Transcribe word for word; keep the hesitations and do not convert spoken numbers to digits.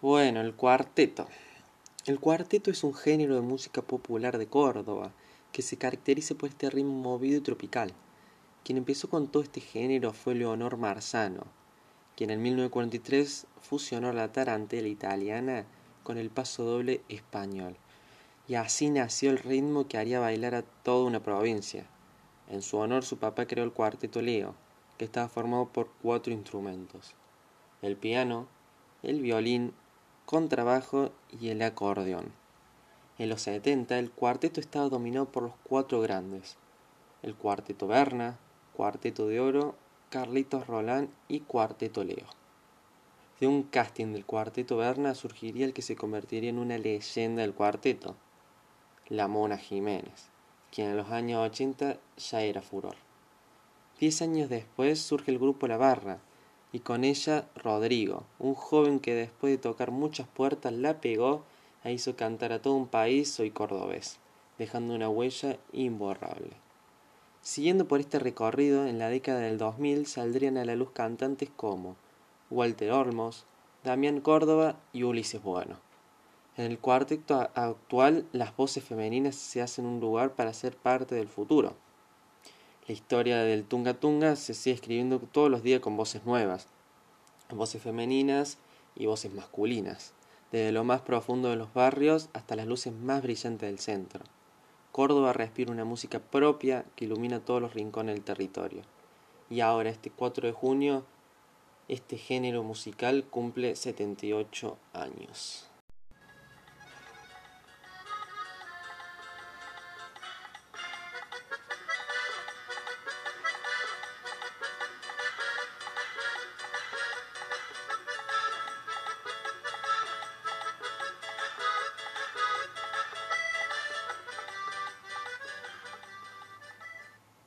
Bueno, el cuarteto. El cuarteto es un género de música popular de Córdoba que se caracteriza por este ritmo movido y tropical. Quien empezó con todo este género fue Leonor Marzano, quien en mil novecientos cuarenta y tres fusionó la tarantela italiana con el pasodoble español. Y así nació el ritmo que haría bailar a toda una provincia. En su honor su papá creó el cuarteto Leo, que estaba formado por cuatro instrumentos: el piano, el violín, contrabajo y el acordeón. En los setenta el cuarteto estaba dominado por los cuatro grandes: el Cuarteto Berna, Cuarteto de Oro, Carlitos Rolán y Cuarteto Leo. De un casting del Cuarteto Berna surgiría el que se convertiría en una leyenda del cuarteto, la Mona Jiménez, quien en los años ochenta ya era furor. Diez años después surge el grupo La Barra, y con ella Rodrigo, un joven que después de tocar muchas puertas la pegó e hizo cantar a todo un país Soy Cordobés, dejando una huella imborrable. Siguiendo por este recorrido, en la década del dos mil saldrían a la luz cantantes como Walter Olmos, Damián Córdoba y Ulises Bueno. En el cuarteto actual las voces femeninas se hacen un lugar para ser parte del futuro. La historia del Tunga Tunga se sigue escribiendo todos los días con voces nuevas, voces femeninas y voces masculinas, desde lo más profundo de los barrios hasta las luces más brillantes del centro. Córdoba respira una música propia que ilumina todos los rincones del territorio. Y ahora, este cuatro de junio, este género musical cumple setenta y ocho años.